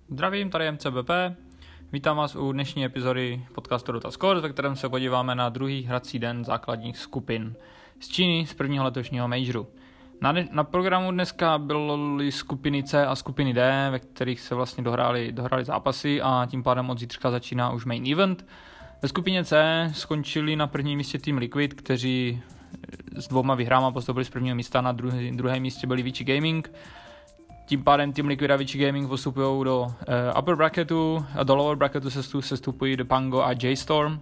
Zdravím, tady MCBP. Vítám vás u dnešní epizody podcastu Dota Scores, ve kterém se podíváme na druhý hrací den základních skupin z Číny z prvního letošního majoru. Na programu dneska byly skupiny C a skupiny D, ve kterých se vlastně dohrály zápasy a tím pádem od zítřka začíná už main event. Ve skupině C skončili na prvním místě Team Liquid, kteří s 2 vyhráma postoupili z prvního místa, na druhém místě byli Vici Gaming. Tím pádem Team Liquid a Vici Gaming postupují do upper bracketu a do lower bracketu sestupují do Pango a J-Storm.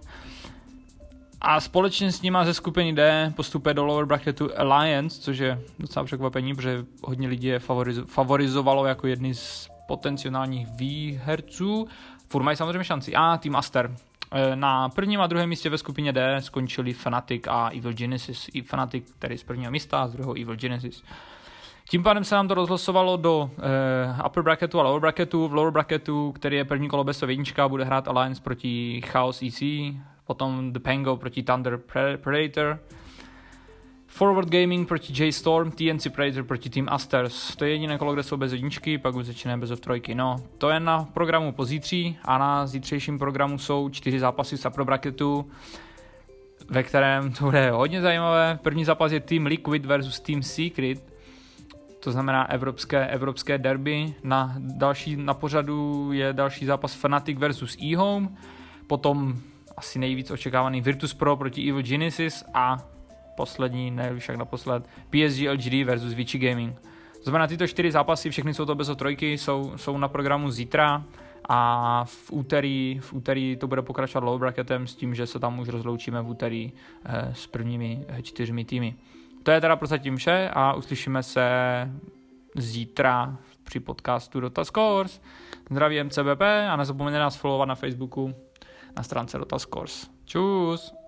A společně s nima ze skupiny D postupuje do lower bracketu Alliance, což je docela překvapení, protože hodně lidí je favorizovalo jako jedny z potenciálních výherců. Furt mají samozřejmě šanci. A Team Aster. Na prvním a druhém místě ve skupině D skončili Fnatic a Evil Genesis. I Fnatic, který z prvního místa, a z druhého Evil Genesis. Tím pádem se nám to rozlosovalo do upper bracketu a lower bracketu. V lower bracketu, který je první kolo best of 1, bude hrát Alliance proti Chaos EC, potom The Pango proti Thunder Predator, Forward Gaming proti J-Storm, TNC Predator proti Team Asters. To je jediné kolo, kde jsou bez 1, pak už začíná bez of 3. No, to je na programu pozítří a na zítřejším programu jsou 4 zápasy z upper bracketu, ve kterém to bude hodně zajímavé. První zápas je Team Liquid versus Team Secret, to znamená evropské derby. Na pořadu je další zápas Fnatic versus eHome, potom asi nejvíc očekávaný Virtus Pro proti Evil Genesis a poslední, ne však naposled, PSG LGD versus Vici Gaming. To znamená, tyto 4 zápasy, všechny jsou to bez of 3, jsou na programu zítra a v úterý to bude pokračovat low bracketem s tím, že se tam už rozloučíme v úterý s prvními 4 týmy. To je teda prozatím vše a uslyšíme se zítra při podcastu Dota Scores. Zdraví MCBP a nezapomeňte nás followovat na Facebooku na stránce Dota Scores. Čus!